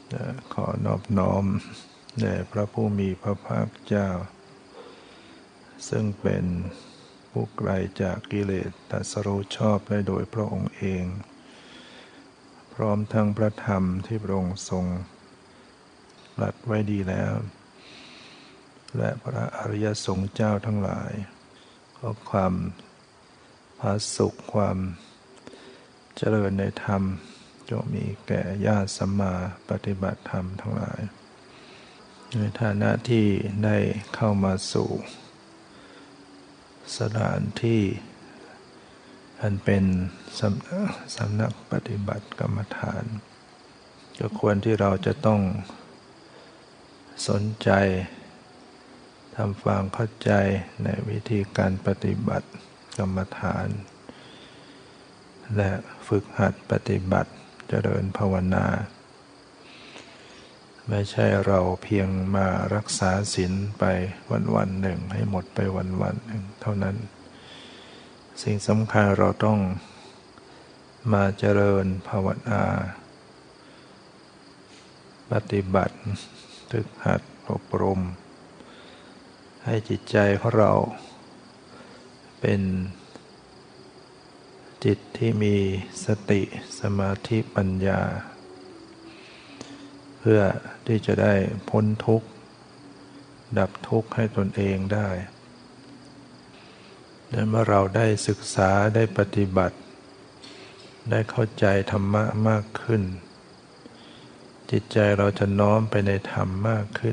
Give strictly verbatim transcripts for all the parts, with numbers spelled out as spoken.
ขอนอบน้อมแด่พระผู้มีพระภาคเจ้าซึ่งเป็นผู้ไกลจากกิเลสตรัสรู้ชอบได้โดยพระองค์เองพร้อมทั้งพระธรรมที่พระองค์ทรงตรัสไว้ดีแล้วและพระอริยสงฆ์เจ้าทั้งหลายขอความผาสุขความเจริญในธรรมจงมีแก่ญาติสัมมาปฏิบัติธรรมทั้งหลายในฐานะที่ได้เข้ามาสู่สถานที่อันเป็นสำสำนักปฏิบัติกรรมฐานก็ควรที่เราจะต้องสนใจทำความเข้าใจในวิธีการปฏิบัติกรรมฐานและฝึกหัดปฏิบัติเจริญภาวนาไม่ใช่เราเพียงมารักษาศีลไปวันๆหนึ่งให้หมดไปวันๆหนึ่งเท่านั้นสิ่งสำคัญเราต้องมาเจริญภาวนาปฏิบัติฝึกหัดอบรมให้จิตใจของเราเป็นจิตที่มีสติสมาธิปัญญาเพื่อที่จะได้พ้นทุกข์ดับทุกข์ให้ตนเองได้และเมื่อเราได้ศึกษาได้ปฏิบัติได้เข้าใจธรรมะมากขึ้นจิตใจเราจะน้อมไปในธรรมมากขึ้น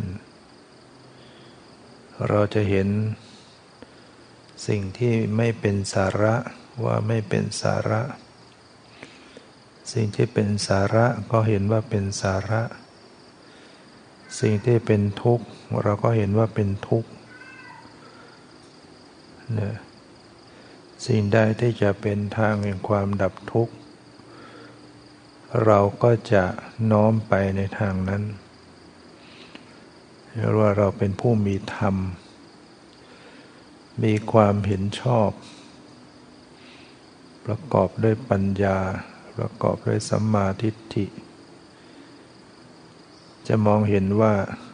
เราจะเห็นสิ่งที่ไม่เป็นสาระว่าไม่เป็นสาระสิ่งที่เป็นสาระก็เห็นว่าเป็นสาระสิ่งที่เป็นทุกข์เราก็เห็นว่าเป็นทุกข์เนี่ยสิ่งใดที่จะเป็นทางแห่งความดับทุกข์เราก็จะน้อมไปในทางนั้นเรียกว่าเราเป็นผู้มีธรรมมีความเห็นชอบประกอบด้วยปัญญาประกอบด้วยสัมมาทิฏฐิจะมองเห็นว่า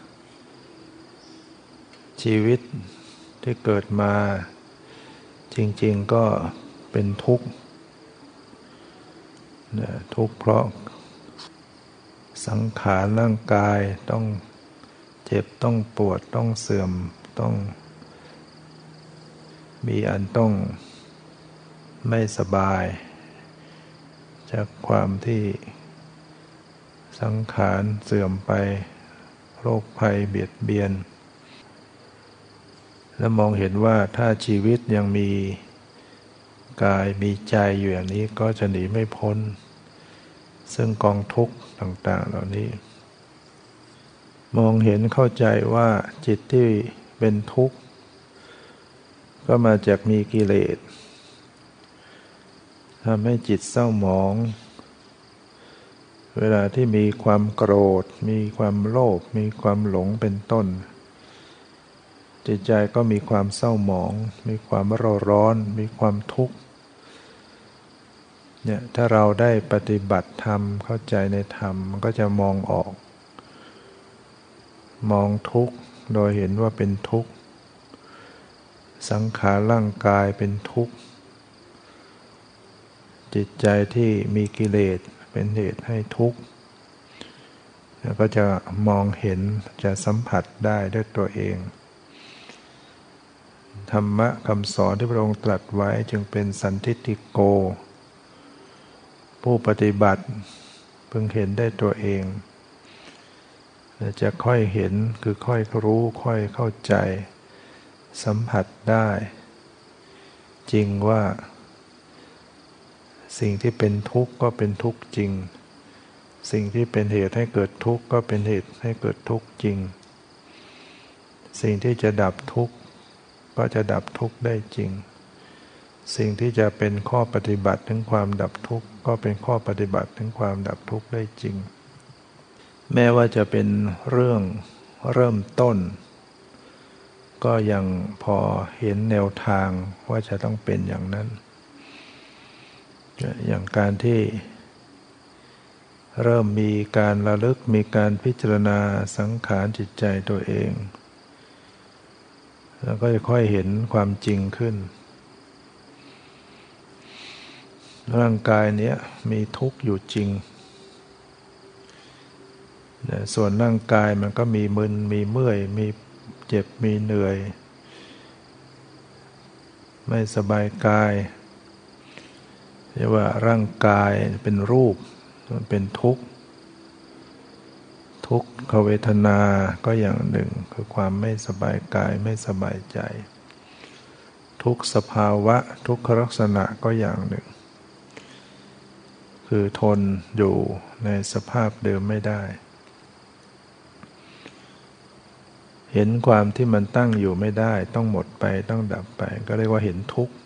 ชีวิตที่เกิดมาจริงๆก็เป็นทุกข์ทุกข์เพราะสังขารร่างกายต้องเจ็บต้องปวดต้องเสื่อมต้องมีอันต้องไม่สบายจากความที่สังขารเสื่อมไปโรคภัยเบียดเบียนและมองเห็นว่าถ้าชีวิตยังมีกายมีใจอยู่อย่างนี้ก็จะหนีไม่พ้นซึ่งกองทุกข์ต่างๆเหล่านี้มองเห็นเข้าใจว่าจิตที่เป็นทุกข์ก็มาจากมีกิเลสทำให้จิตเศร้าหมองเวลาที่มีความโกรธมีความโลภมีความหลงเป็นต้นจิตใจก็มีความเศร้าหมองมีความเร่าร้อนมีความทุกข์เนี่ยถ้าเราได้ปฏิบัติธรรมเข้าใจในธรรมมันก็จะมองออกมองทุกข์โดยเห็นว่าเป็นทุกข์สังขารร่างกายเป็นทุกข์จิตใจที่มีกิเลสเป็นเหตุให้ทุกข์แล้วก็จะมองเห็นจะสัมผัสได้ด้วยตัวเองธรรมะคำสอนที่พระองค์ตรัสไว้จึงเป็นสันทิฏฐิโกผู้ปฏิบัติพึงเห็นได้ตัวเองจะค่อยเห็นคือค่อยรู้ค่อยเข้าใจสัมผัสได้จริงว่าสิ่งที่เป็นทุกข์ก็เป็นทุกข์จริงสิ่งที่เป็นเหตุให้เกิดทุกข์ก็เป็นเหตุให้เกิดทุกข์จริงสิ่งที่จะดับทุกข์ก็จะดับทุกข์ได้จริงสิ่งที่จะเป็นข้อปฏิบัติถึงความดับทุกข์ก็เป็นข้อปฏิบัติถึงความดับทุกข์ได้จริงแม้ว่าจะเป็นเรื่องเริ่มต้นก็ยังพอเห็นแนวทางว่าจะต้องเป็นอย่างนั้นอย่างการที่เริ่มมีการระลึกมีการพิจารณาสังขารจิตใจตัวเองแล้วก็จะค่อยเห็นความจริงขึ้นร่างกายเนี้ยมีทุกข์อยู่จริงส่วนร่างกายมันก็มีมึนมีเมื่อยมีเจ็บมีเหนื่อยไม่สบายกายเรียกว่าร่างกายเป็นรูปมันเป็นทุกข์ทุกขเวทนาก็อย่างหนึ่งคือความไม่สบายกายไม่สบายใจทุกสภาวะทุกขลักษณะก็อย่างหนึ่งคือทนอยู่ในสภาพเดิมไม่ได้เห็นความที่มันตั้งอยู่ไม่ได้ต้องหมดไปต้องดับไปก็เรียกว่าเห็นทุกข์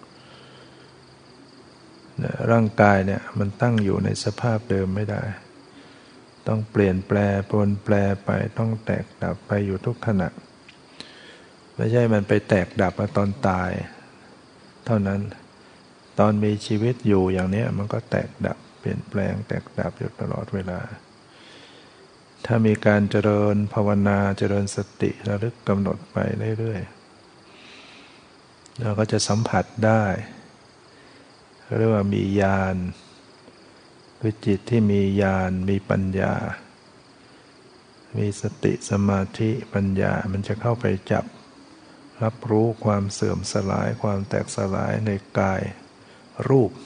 ร่างกายเนี่ยมันตั้งอยู่ในสภาพเดิมไม่ได้ต้องเปลี่ยนแปลปรวนแปรไปต้องแตกดับไปอยู่ทุกขณะไม่ใช่มันไปแตกดับมาตอนตายเท่านั้นตอนมีชีวิตอยู่อย่างนี้มันก็แตกดับเปลี่ยนแปลงแตกดับอยู่ตลอดเวลาถ้ามีการเจริญภาวนาเจริญสติระลึกกำหนดไปเรื่อยๆเราก็จะสัมผัสได้เรียกว่ามีญาณคือจิตที่มีญาณมีปัญญามีสติสมาธิปัญญามันจะเข้าไปจับรับรู้ความเสื่อมสลายความแตกสลายในกายรูป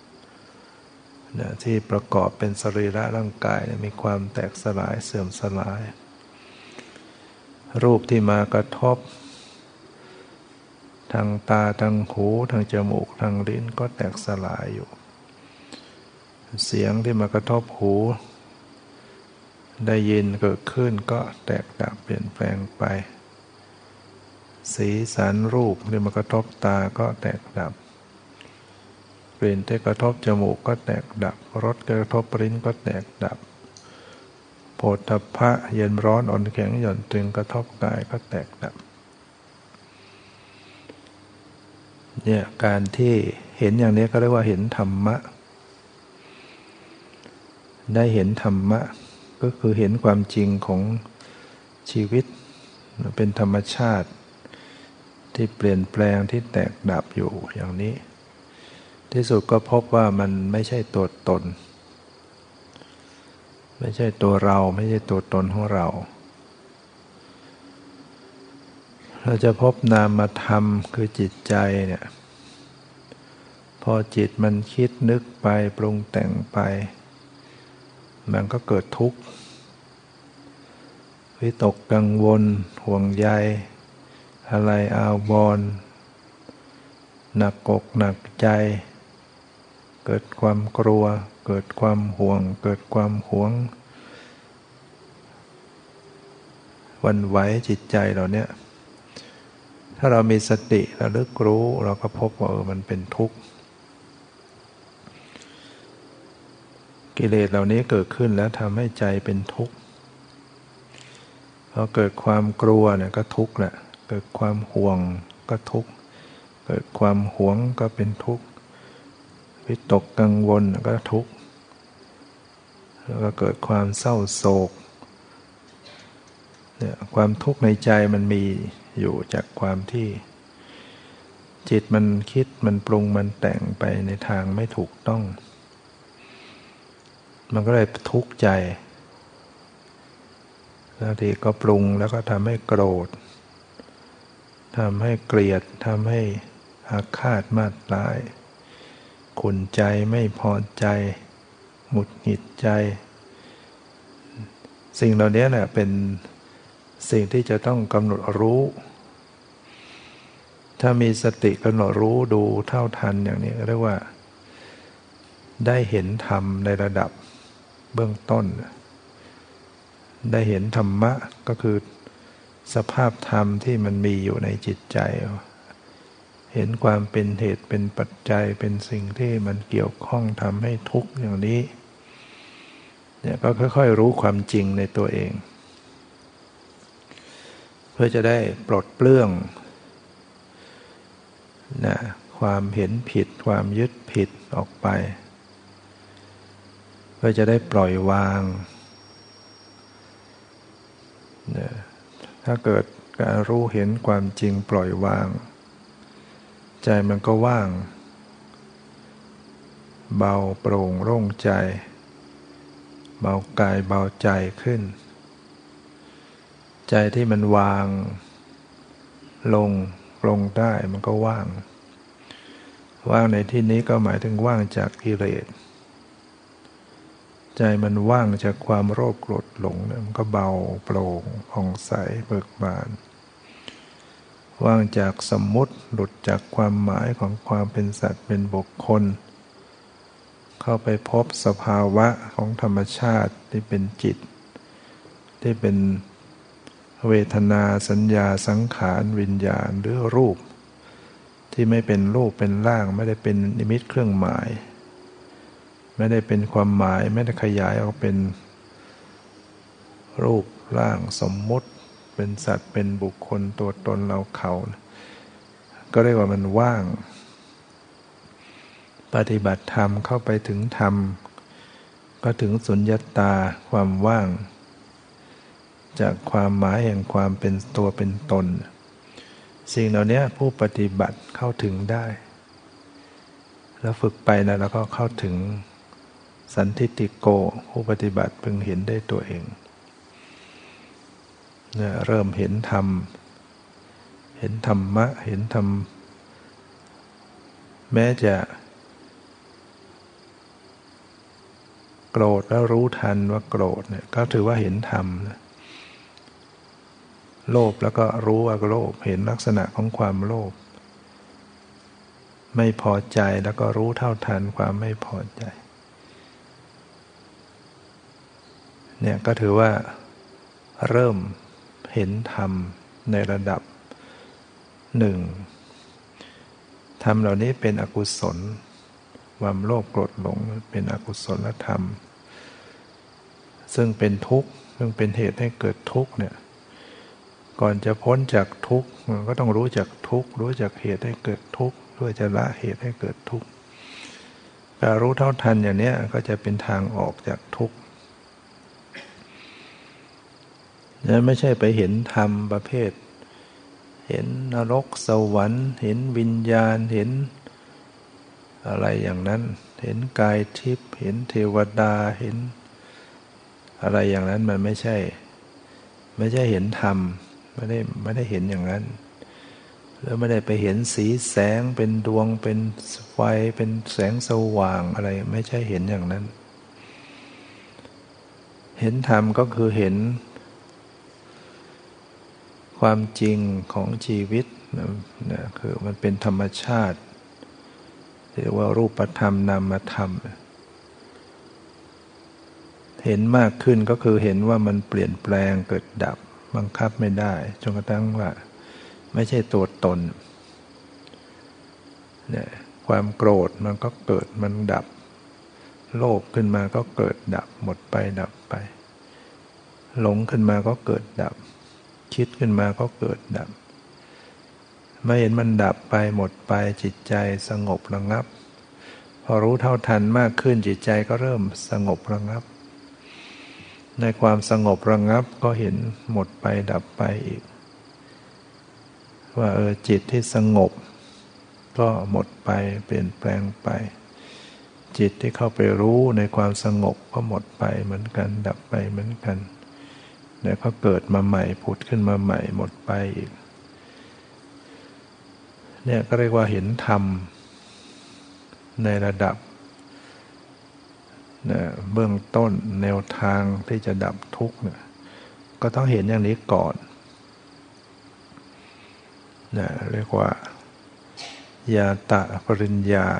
ที่ประกอบเป็นสรีระร่างกายมีความแตกสลายเสื่อมสลายรูปที่มากระทบทางตาทางหูทางจมูกทางลิ้นก็แตกสลายอยู่เสียงที่มากระทบหูได้ยินเกิดขึ้นก็แตกดับเปลี่ยนแปลงไปสีสันรูปที่มากระทบตาก็แตกดับกลิ่นที่กระทบจมูกก็แตกดับรสกระทบลิ้นก็แตกดับโผฏฐัพพะเย็นร้อนอ่อนแข็งหย่อนตึงกระทบกายก็แตกดับเนี่ยการที่เห็นอย่างนี้ก็เรียกว่าเห็นธรรมะได้เห็นธรรมะก็คือเห็นความจริงของชีวิตเป็นธรรมชาติที่เปลี่ยนแปลงที่แตกดับอยู่อย่างนี้ที่สุดก็พบว่ามันไม่ใช่ตัวตนไม่ใช่ตัวเราไม่ใช่ตัวตนของเราเราจะพบนามธรรมคือจิตใจเนี่ยพอจิตมันคิดนึกไปปรุงแต่งไปมันก็เกิดทุกข์วิตกกังวลห่วงใยอะไรอาวรณ์หนักอกหนักใจเกิดความกลัวเกิดความห่วงเกิดความหวงหวั่นไหวจิตใจเราเนี่ยถ้าเรามีสติระลึกรู้เราก็พบว่าเออมันเป็นทุกข์กิเลสเหล่านี้เกิดขึ้นแล้วทำให้ใจเป็นทุกข์พอเกิดความกลัวเนี่ยก็ทุกข์แหละเกิดความห่วงก็ทุกข์เกิดความหวงก็เป็นทุกข์วิตกกังวลก็ทุกข์แล้วก็เกิดความเศร้าโศกเนี่ยความทุกข์ในใจมันมีอยู่จากความที่จิตมันคิดมันปรุงมันแต่งไปในทางไม่ถูกต้องมันก็เลยทุกข์ใจบางทีก็ปรุงแล้วก็ทำให้โกรธทำให้เกลียดทำให้อาฆาตมาตร้ายขุ่นใจไม่พอใจหงุดหงิดใจสิ่งเหล่านี้แหละเป็นสิ่งที่จะต้องกำหนดรู้ถ้ามีสติกำหนดรู้ดูเท่าทันอย่างนี้เรียกว่าได้เห็นธรรมในระดับเบื้องต้นได้เห็นธรรมะก็คือสภาพธรรมที่มันมีอยู่ในจิตใจเห็นความเป็นเหตุเป็นปัจจัยเป็นสิ่งที่มันเกี่ยวข้องทำให้ทุกข์อย่างนี้เนี่ยก็ค่อยๆรู้ความจริงในตัวเองเพื่อจะได้ปลดเปลื้องนะความเห็นผิดความยึดผิดออกไปพื่อจะได้ปล่อยวางเนี่ยถ้าเกิดการรู้เห็นความจริงปล่อยวางใจมันก็ว่างเบาโปร่งโล่งใจเบากายเบาใจขึ้นใจที่มันวางลงลงได้มันก็ว่างว่างในที่นี้ก็หมายถึงว่างจากกิเลสใจมันว่างจากความโลภโกรธหลงมันก็เบาโปร่งผ่องใสเบิกบานว่างจากสมมุติหลุดจากความหมายของความเป็นสัตว์เป็นบุคคลเข้าไปพบสภาวะของธรรมชาติที่เป็นจิตที่เป็นเวทนาสัญญาสังขารวิญญาณหรือรูปที่ไม่เป็นรูปเป็นร่างไม่ได้เป็นนิมิตเครื่องหมายไม่ได้เป็นความหมายไม่ได้ขยายออกเป็นรูปร่างสมมุติเป็นสัตว์เป็นบุคคลตัวตนเราเขาก็เรียกว่ามันว่างปฏิบัติธรรมเข้าไปถึงธรรมก็ถึงสุญญตาความว่างจากความหมายแห่งความเป็นตัวเป็นตนสิ่งเหล่านี้ผู้ปฏิบัติเข้าถึงได้แล้วฝึกไปนะแล้วก็เข้าถึงสันทิฏฐิโกผู้ปฏิบัติพึงเห็นได้ตัวเองเนี่ยเริ่มเห็นธรรมเห็นธรรมะเห็นธรรมแม้จะโกรธแล้วรู้ทันว่าโกรธเนี่ยก็ถือว่าเห็นธรรมนะโลภแล้วก็รู้ว่าโลภเห็นลักษณะของความโลภไม่พอใจแล้วก็รู้เท่าทันความไม่พอใจเนี่ยก็ถือว่าเริ่มเห็นธรรมในระดับหนึ่งธรรมเหล่านี้เป็นอกุศลความโลภโกรธหลงเป็นอกุศลธรรมซึ่งเป็นทุกข์ซึ่งเป็นเหตุให้เกิดทุกข์เนี่ยก่อนจะพ้นจากทุกข์มันก็ต้องรู้จักทุกข์รู้จักเหตุให้เกิดทุกข์เพื่อจะละเหตุให้เกิดทุกข์การรู้เท่าทันอย่างนี้ก็จะเป็นทางออกจากทุกข์นั้นไม่ใช่ไปเห็นธรรมประเภทเห็นนรกสวรรค์เห็นวิญญาณเห็นอะไรอย่างนั้นเห็นกายทิพย์เห็นเทวดาเห็นอะไรอย่างนั้นมันไม่ใช่ไม่ใช่เห็นธรรมไม่ได้ไม่ได้เห็นอย่างนั้นแล้วไม่ได้ไปเห็นสีแสงเป็นดวงเป็นไฟเป็นแสงสว่างอะไรไม่ใช่เห็นอย่างนั้นเห็นธรรมก็คือเห็นความจริงของชีวิตนะคือมันเป็นธรรมชาติเรียกว่ารูปธรรมนามธรรมเห็นมากขึ้นก็คือเห็นว่ามันเปลี่ยนแปลงเกิดดับบังคับไม่ได้จนกระทั่งว่าไม่ใช่ตัวตนเนี่ยความโกรธมันก็เกิดมันดับโลภขึ้นมาก็เกิดดับหมดไปดับไปหลงขึ้นมาก็เกิดดับคิดขึ้นมาก็เกิดดับเมื่อเห็นมันดับไปหมดไปจิตใจสงบระงับพอรู้เท่าทันมากขึ้นจิตใจก็เริ่มสงบระงับในความสงบระงับก็เห็นหมดไปดับไปอีกว่าเออจิตที่สงบก็หมดไปเปลี่ยนแปลงไปจิตที่เข้าไปรู้ในความสงบก็หมดไปเหมือนกันดับไปเหมือนกันแล้วก็เกิดมาใหม่ผุดขึ้นมาใหม่หมดไปอีกเนี่ยก็เรียกว่าเห็นธรรมในระดับนะเบื้องต้นแนวทางที่จะดับทุกข์เนี่ยก็ต้องเห็นอย่างนี้ก่อนนะเรียกว่ายาตะปริญญา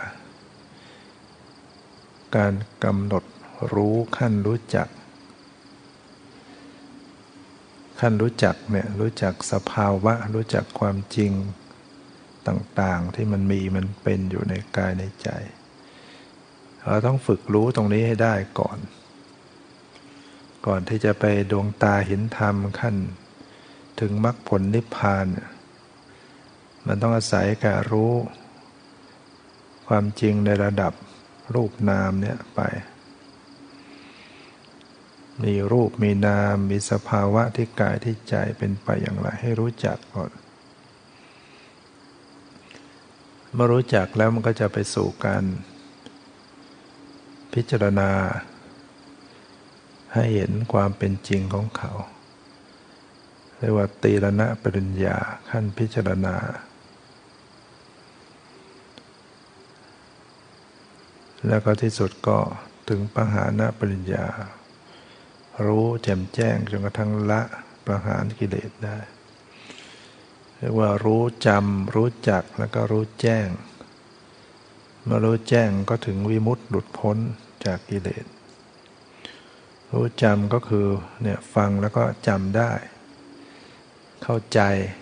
การกำหนดรู้ขั้นรู้จักขั้นรู้จักเนี่ยรู้จักสภาวะรู้จักความจริงต่างๆที่มันมีมันเป็นอยู่ในกายในใจเราต้องฝึกรู้ตรงนี้ให้ได้ก่อนก่อนที่จะไปดวงตาเห็นธรรมขั้นถึงมรรคผลนิพพานมันต้องอาศัยการรู้ความจริงในระดับรูปนามเนี่ยไปมีรูปมีนามมีสภาวะที่กายที่ใจเป็นไปอย่างไรให้รู้จักก่อนเมื่อรู้จักแล้วมันก็จะไปสู่การพิจารณาให้เห็นความเป็นจริงของเขาเรียกว่าตีรณปริญญาขั้นพิจารณาแล้วก็ที่สุดก็ถึงปหานปริญญารู้แจ่มแจ้งจนกระทั่งละประหารกิเลสได้เรียกว่ารู้จำรู้จักแล้วก็รู้แจ้งเมื่อรู้แจ้งก็ถึงวิมุตติหลุดพ้นจากกิเลสรู้จำก็คือเนี่ยฟังแล้วก็จำได้เข้าใจ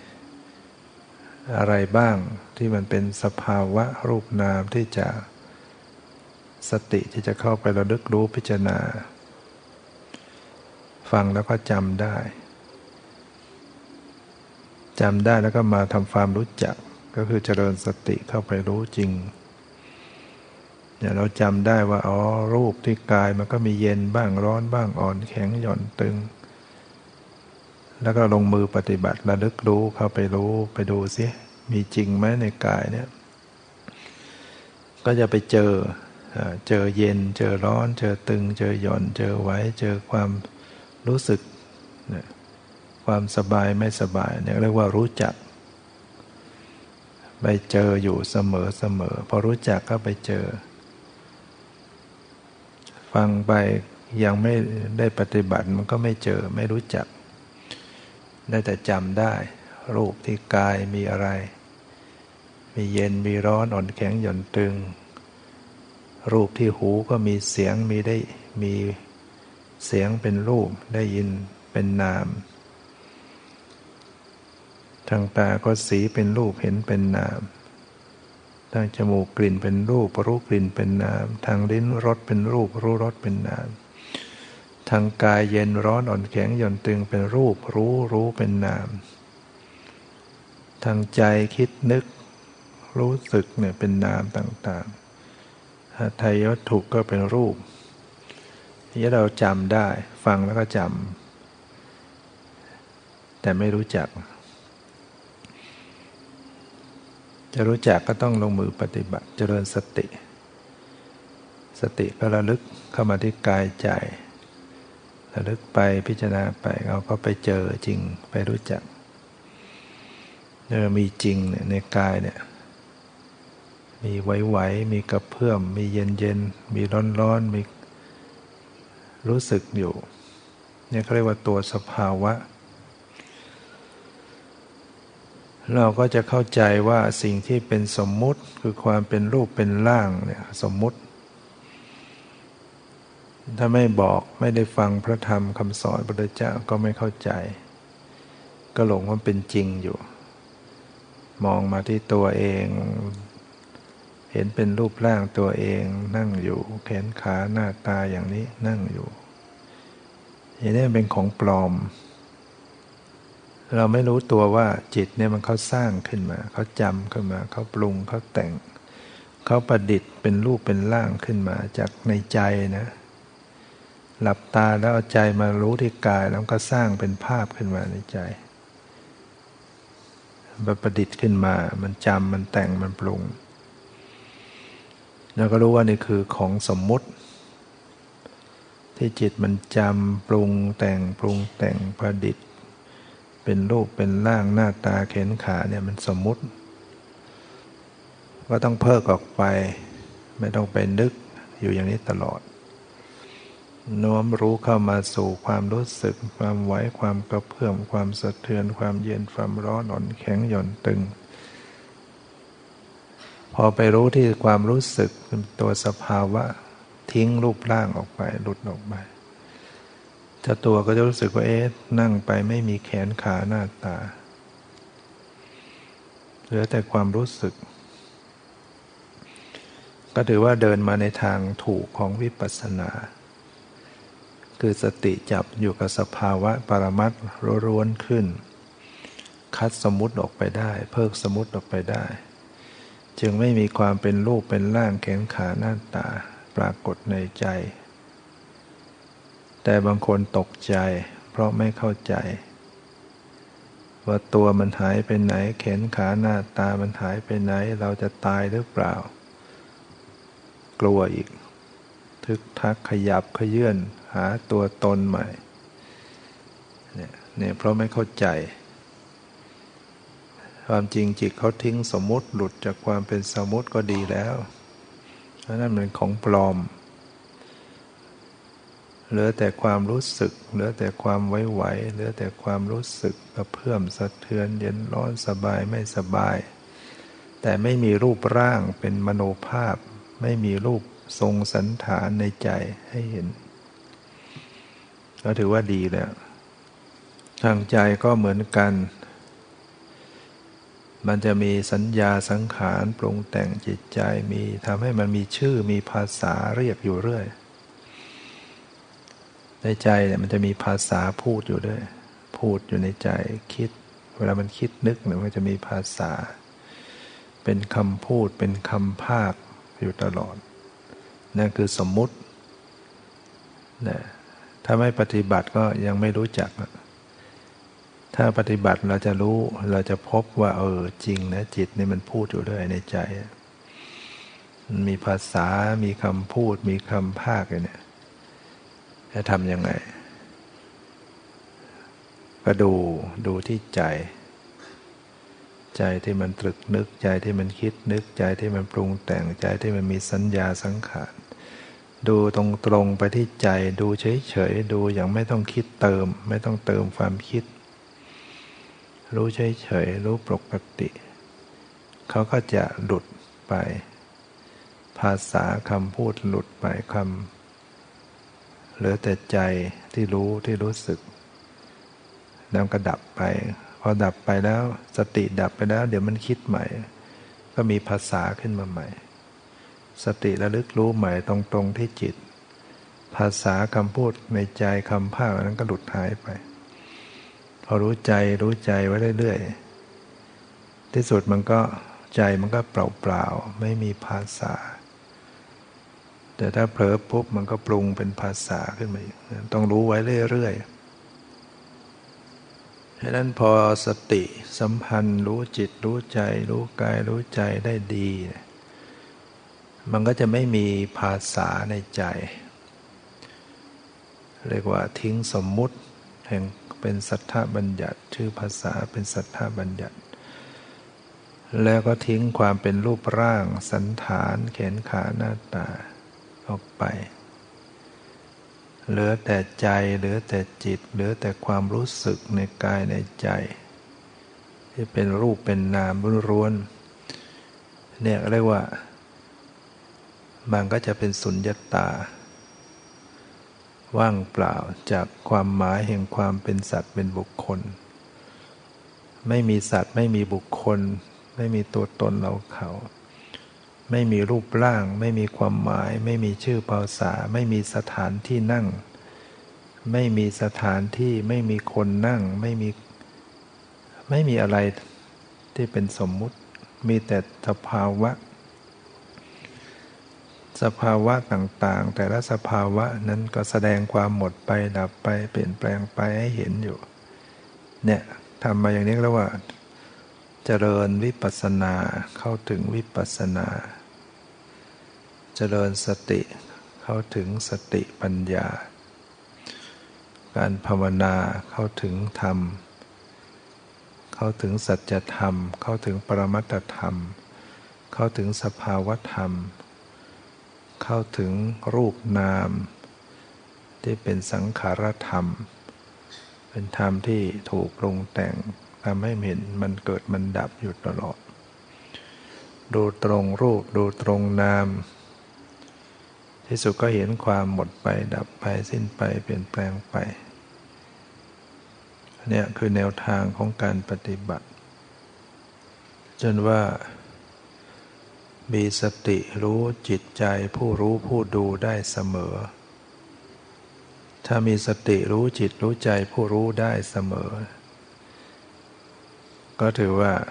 อะไรบ้างที่มันเป็นสภาวะรูปนามที่จะสติที่จะเข้าไประลึกรู้พิจารณาฟังแล้วก็จำได้จำได้แล้วก็มาทำความรู้จักก็คือเจริญสติเข้าไปรู้จริงเนี่ยเราจำได้ว่าอ๋อรูปที่กายมันก็มีเย็นบ้างร้อนบ้างอ่อนแข็งหย่อนตึงแล้วก็ลงมือปฏิบัติระลึกรู้เข้าไปรู้ไปดูสิมีจริงไหมในกายเนี่ยก็จะไปเจอเจอเย็นเจอร้อนเจอตึงเจอหย่อนเจอไหวเจอความรู้สึกความสบายไม่สบายเนี่ยเรียกว่ารู้จักไปเจออยู่เสมอเสมอพอรู้จักก็ไปเจอฟังไปยังไม่ได้ปฏิบัติมันก็ไม่เจอไม่รู้จักได้แต่จำได้รูปที่กายมีอะไรมีเย็นมีร้อนอ่อนแข็งหย่อนตึงรูปที่หูก็มีเสียงมีได้มีเสียงเป็นรูปได้ยินเป็นนามทางตาก็สีเป็นรูปเห็นเป็นนามทางจมูกกลิ่นเป็นรูปรู้กลิ่นเป็นนามทางลิ้นรสเป็นรูปรู้รสเป็นนามทางกายเย็นร้อนอ่อนแข็งหย่อนตึงเป็นรูปรู้รู้เป็นนามทางใจคิดนึกรู้สึกเนี่ยเป็นนามต่างๆหทัยวัตถุก็เป็นรูปที่เราจำได้ฟังแล้วก็จำแต่ไม่รู้จักจะรู้จักก็ต้องลงมือปฏิบัติเจริญสติสติก็ระลึกเข้ามาที่กายใจระลึกไปพิจารณาไปเราก็ไปเจอจริงไปรู้จักเออมีจริงเนี่ยในกายเนี่ยมีไหวๆมีกระเพื่อมมีเย็นๆมีร้อนๆมีรู้สึกอยู่เนี่ยเขาเรียกว่าตัวสภาวะเราก็จะเข้าใจว่าสิ่งที่เป็นสมมุติคือความเป็นรูปเป็นร่างเนี่ยสมมุติถ้าไม่บอกไม่ได้ฟังพระธรรมคำสอนพระพุทธเจ้าก็ไม่เข้าใจก็หลงว่าเป็นจริงอยู่มองมาที่ตัวเองเห็นเป็นรูปร่างตัวเองนั่งอยู่แขนขาหน้าตาอย่างนี้นั่งอยู่อย่างนี้เป็นของปลอมเราไม่รู้ตัวว่าจิตเนี่ยมันเขาสร้างขึ้นมาเขาจำขึ้นมาเขาปรุงเขาแต่งเขาประดิษฐ์เป็นรูปเป็นร่างขึ้นมาจากในใจนะหลับตาแล้วเอาใจมารู้ที่กายแล้วก็สร้างเป็นภาพขึ้นมาในใจมันประดิษฐ์ขึ้นมามันจำมันแต่งมันปรุงแล้วก็รู้ว่านี่คือของสมมุติที่จิตมันจำปรุงแต่งปรุงแต่งประดิษฐ์เป็นรูปเป็นร่างหน้าตาแขนขาเนี่ยมันสมมุติก็ต้องเพิกออกไปไม่ต้องไปนึกอยู่อย่างนี้ตลอดโน้มรู้เข้ามาสู่ความรู้สึกความไหวความกระเพื่อมความสะเทือนความเย็นความร้อนอ่อนแข็งหย่อนตึงพอไปรู้ที่ความรู้สึกเป็นตัวสภาวะทิ้งรูปร่างออกไปหลุดออกไปถ้าตัวก็จะรู้สึกว่าเอ๊ะนั่งไปไม่มีแขนขาหน้าตาเหลือแต่ความรู้สึกก็ถือว่าเดินมาในทางถูกของวิปัสสนาคือสติจับอยู่กับสภาวะปรมัตถ์ล้วนๆขึ้นคัดสมมุติออกไปได้เพิกสมมุติออกไปได้จึงไม่มีความเป็นรูปเป็นร่างแขนขาหน้าตาปรากฏในใจแต่บางคนตกใจเพราะไม่เข้าใจว่าตัวมันหายไปไหนแขนขาหน้าตามันหายไปไหนเราจะตายหรือเปล่ากลัวอีกทึกทักขยับขยื่นหาตัวตนใหม่เนี่ยเนี่ยเพราะไม่เข้าใจความจริงจิตเขาทิ้งสมมุติหลุดจากความเป็นสมมุติก็ดีแล้วเพราะนั่นเป็นของปลอมเหลือแต่ความรู้สึกเหลือแต่ความไหวไหวเหลือแต่ความรู้สึกกระเพื่อมสะเทือนเย็นร้อนสบายไม่สบายแต่ไม่มีรูปร่างเป็นมโนภาพไม่มีรูปทรงสันฐานในใจให้เห็นก็ถือว่าดีแล้วทางใจก็เหมือนกันมันจะมีสัญญาสังขารปรุงแต่งจิตใจมีทำให้มันมีชื่อมีภาษาเรียกอยู่เรื่อยในใจเนี่ยมันจะมีภาษาพูดอยู่ด้วยพูดอยู่ในใจคิดเวลามันคิดนึกเนี่ยมันจะมีภาษาเป็นคำพูดเป็นคำภาคอยู่ตลอดนั่นคือสมมุตินะถ้าไม่ปฏิบัติก็ยังไม่รู้จักถ้าปฏิบัติเราจะรู้เราจะพบว่าเออจริงนะจิตนี่มันพูดอยู่ด้วยในใจมันมีภาษามีคำพูดมีคำภาคเนี่ยจะทำยังไงก็ดูดูที่ใจใจที่มันตรึกนึกใจที่มันคิดนึกใจที่มันปรุงแต่งใจที่มันมีสัญญาสังขารดูตรงตรงไปที่ใจดูเฉยๆดูอย่างไม่ต้องคิดเติมไม่ต้องเติมความคิดรู้เฉยๆรู้ปกติเขาก็จะหลุดไปภาษาคำพูดหลุดไปคำเหลือแต่ใจที่รู้ที่รู้สึกแล้วก็ดับไปพอดับไปแล้วสติดับไปแล้วเดี๋ยวมันคิดใหม่ก็มีภาษาขึ้นมาใหม่สติระลึกรู้ใหม่ตรงๆที่จิตภาษาคำพูดในใจคำภาคนั้นก็หลุดหายไปพอรู้ใจรู้ใจไว้เรื่อยๆที่สุดมันก็ใจมันก็เปล่าๆไม่มีภาษาแต่ถ้าเผลอปุ๊บมันก็ปรุงเป็นภาษาขึ้นมาอีกต้องรู้ไว้เรื่อยๆฉะนั้นพอสติสัมพันธ์รู้จิตรู้ใจรู้กายรู้ใจได้ดีมันก็จะไม่มีภาษาในใจเรียกว่าทิ้งสมมุติแห่งเป็นสัทธบัญญัติชื่อภาษาเป็นสัทธบัญญัติแล้วก็ทิ้งความเป็นรูปร่างสันฐานแขนขาหน้าตาออกไปเหลือแต่ใจเหลือแต่จิตเหลือแต่ความรู้สึกในกายในใจที่เป็นรูปเป็นนามล้วนๆเนี่ยเรียกว่ามันก็จะเป็นสุญญตาว่างเปล่าจากความหมายแห่งความเป็นสัตว์เป็นบุคคลไม่มีสัตว์ไม่มีบุคคลไม่มีตัวตนเราเขาไม่มีรูปร่างไม่มีความหมายไม่มีชื่อภาษาไม่มีสถานที่นั่งไม่มีสถานที่ไม่มีคนนั่งไม่มีไม่มีอะไรที่เป็นสมมุติมีแต่สภาวะสภาวะต่างๆแต่ละสภาวะนั้นก็แสดงความหมดไปดับไปเปลี่ยนแปลงไปให้เห็นอยู่เนี่ยทำมาอย่างนี้เรียกว่าเจริญวิปัสสนาเข้าถึงวิปัสสนาเจริญสติเข้าถึงสติปัญญาการภาวนาเข้าถึงธรรมเข้าถึงสัจธรรมเข้าถึงปรมัตถธรรมเข้าถึงสภาวธรรมเข้าถึงรูปนามที่เป็นสังขารธรรมเป็นธรรมที่ถูกปรุงแต่งทำให้เห็นมันเกิดมันดับอยู่ตลอดดูตรงรูปดูตรงนามที่สุดก็เห็นความหมดไปดับไปสิ้นไปเปลี่ยนแปลงไปเนี่ยคือแนวทางของการปฏิบัติจนว่ามีสติรู้จิตใจผู้รู้ผู้ดูได้เสมอถ้ามีสติรู้จิตรู้ใจผู้รู้ได้เสมอก็ถือว่า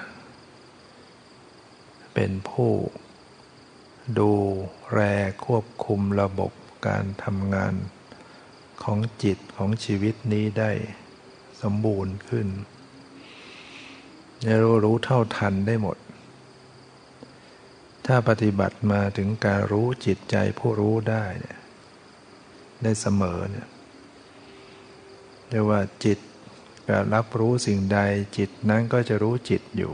เป็นผู้ดูแลควบคุมระบบการทำงานของจิตของชีวิตนี้ได้สมบูรณ์ขึ้นจะรู้รู้เท่าทันได้หมดถ้าปฏิบัติมาถึงการรู้จิตใจผู้รู้ได้เนี่ยได้เสมอเนี่ยเรียกว่าจิตการรับรู้สิ่งใดจิตนั้นก็จะรู้จิตอยู่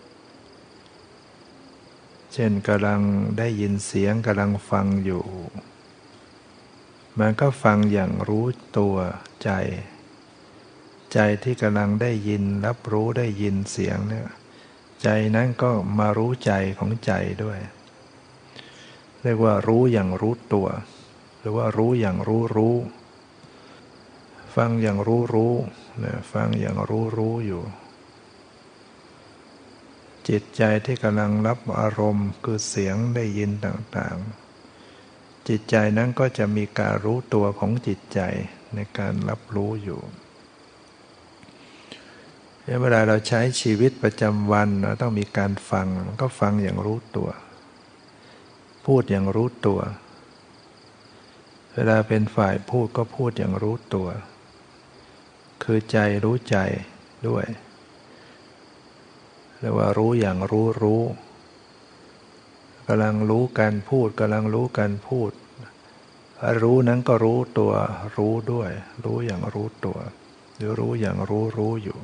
เช่นกำลังได้ยินเสียงกำลังฟังอยู่มันก็ฟังอย่างรู้ตัวใจใจที่กำลังได้ยินรับรู้ได้ยินเสียงเนี่ยใจนั้นก็มารู้ใจของใจด้วยเรียกว่ารู้อย่างรู้ตัวหรือว่ารู้อย่างรู้รู้ฟังอย่างรู้รู้นะฟังอย่างรู้รู้อยู่จิตใจที่กำลังรับอารมณ์คือเสียงได้ยินต่างๆจิตใจนั้นก็จะมีการรู้ตัวของจิตใจในการรับรู้อยู่เวลาเราใช้ชีวิตประจำวันเราต้องมีการฟังก็ฟังอย่างรู้ตัวพูดอย่างรู้ตัวเวลาเป็นฝ่ายพูดก็พูดอย่างรู้ตัวคือใจรู้ใจด้วยเรียกว่ารู้อย่างรู้รู้กำลังรู้การพูดกำลังรู้การพูดรู้นั้นก็รู้ตัวรู้ด้วยรู้อย่างรู้ตัวหรือรู้อย่างรู้รู้อยู่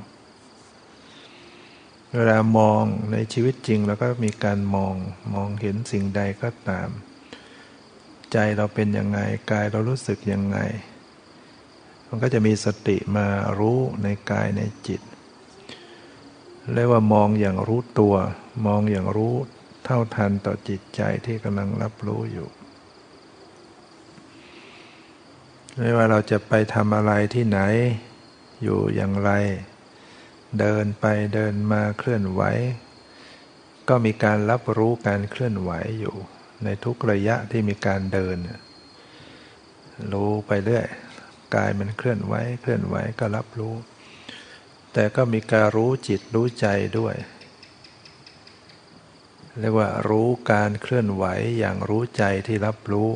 เวลามองในชีวิตจริงเราก็มีการมองมองเห็นสิ่งใดก็ตามใจเราเป็นยังไงกายเรารู้สึกยังไงมันก็จะมีสติมารู้ในกายในจิตเรียกว่ามองอย่างรู้ตัวมองอย่างรู้เท่าทันต่อจิตใจที่กำลังรับรู้อยู่ไม่ว่าเราจะไปทำอะไรที่ไหนอยู่อย่างไรเดินไปเดินมาเคลื่อนไหวก็มีการรับรู้การเคลื่อนไหวอยู่ในทุกระยะที่มีการเดินรู้ไปเรื่อยกายมันเคลื่อนไหวเคลื่อนไหวก็รับรู้แต่ก็มีการรู้จิตรู้ใจด้วยเรียกว่ารู้การเคลื่อนไหวอย่างรู้ใจที่รับรู้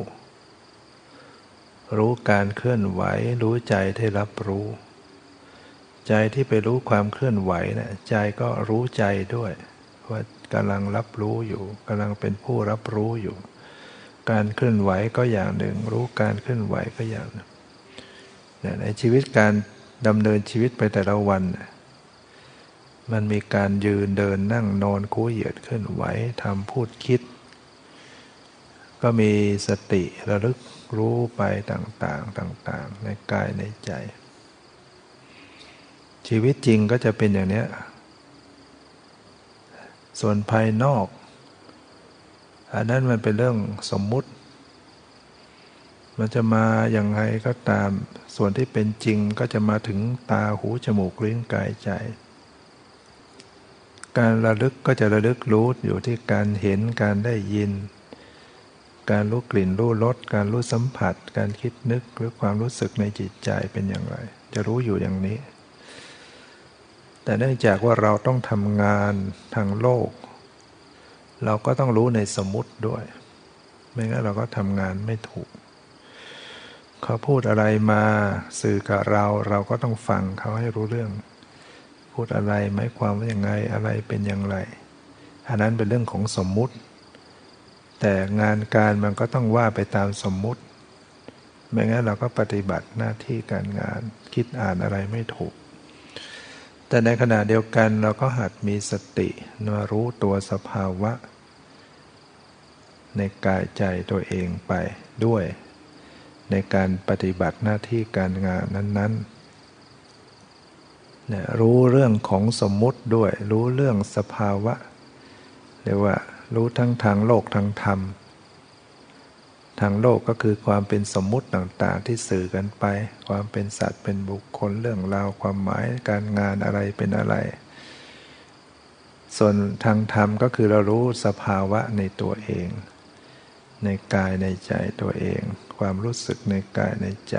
รู้การเคลื่อนไหวรู้ใจที่รับรู้ใจที่ไปรู้ความเคลื่อนไหวนะใจก็รู้ใจด้วยว่ากำลังรับรู้อยู่กำลังเป็นผู้รับรู้อยู่การเคลื่อนไหวก็อย่างหนึ่งรู้การเคลื่อนไหวก็อย่างหนึ่งในชีวิตการดำเนินชีวิตไปแต่ละวันมันมีการยืนเดินนั่งนอนคู่เหยียดเคลื่อนไหวทำพูดคิดก็มีสติระลึกรู้ไปต่างๆต่างๆในกายในใจชีวิตจริงก็จะเป็นอย่างนี้ส่วนภายนอกอันนั้นมันเป็นเรื่องสมมุติมันจะมาอย่างไรก็ตามส่วนที่เป็นจริงก็จะมาถึงตาหูจมูกลิ้นกายใจการระลึกก็จะระลึกรู้อยู่ที่การเห็นการได้ยินการรู้กลิ่นรู้รสการรู้สัมผัสการคิดนึกหรือความรู้สึกในจิตใจเป็นอย่างไรจะรู้อยู่อย่างนี้แต่เนื่องจากว่าเราต้องทำงานทางโลกเราก็ต้องรู้ในสมมุติด้วยไม่งั้นเราก็ทำงานไม่ถูกเขาพูดอะไรมาสื่อกับเราเราก็ต้องฟังเขาให้รู้เรื่องพูดอะไรหมายความว่าอย่างไงอะไรเป็นอย่างไรอันนั้นเป็นเรื่องของสมมุติแต่งานการมันก็ต้องว่าไปตามสมมุติไม่งั้นเราก็ปฏิบัติหน้าที่การงานคิดอ่านอะไรไม่ถูกแต่ในขณะเดียวกันเราก็หัดมีสติมารู้ตัวสภาวะในกายใจตัวเองไปด้วยในการปฏิบัติหน้าที่การงานนั้นๆเนี่ยรู้เรื่องของสมมุติด้วยรู้เรื่องสภาวะเรียกว่ารู้ทั้งทางโลกทางธรรมทางโลกก็คือความเป็นสมมุติต่างๆที่สื่อกันไปความเป็นสัตว์เป็นบุคคลเรื่องราวความหมายการงานอะไรเป็นอะไรส่วนทางธรรมก็คือเรารู้สภาวะในตัวเองในกายในใจตัวเองความรู้สึกในกายในใจ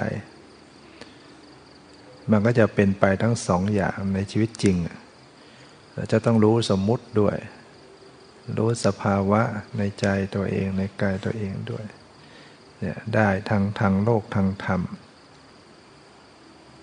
มันก็จะเป็นไปทั้งสองอย่างในชีวิตจริงเราจะต้องรู้สมมุติด้วยรู้สภาวะในใจตัวเองในกายตัวเองด้วยเนี่ยได้ทางทางโลกทางธรรม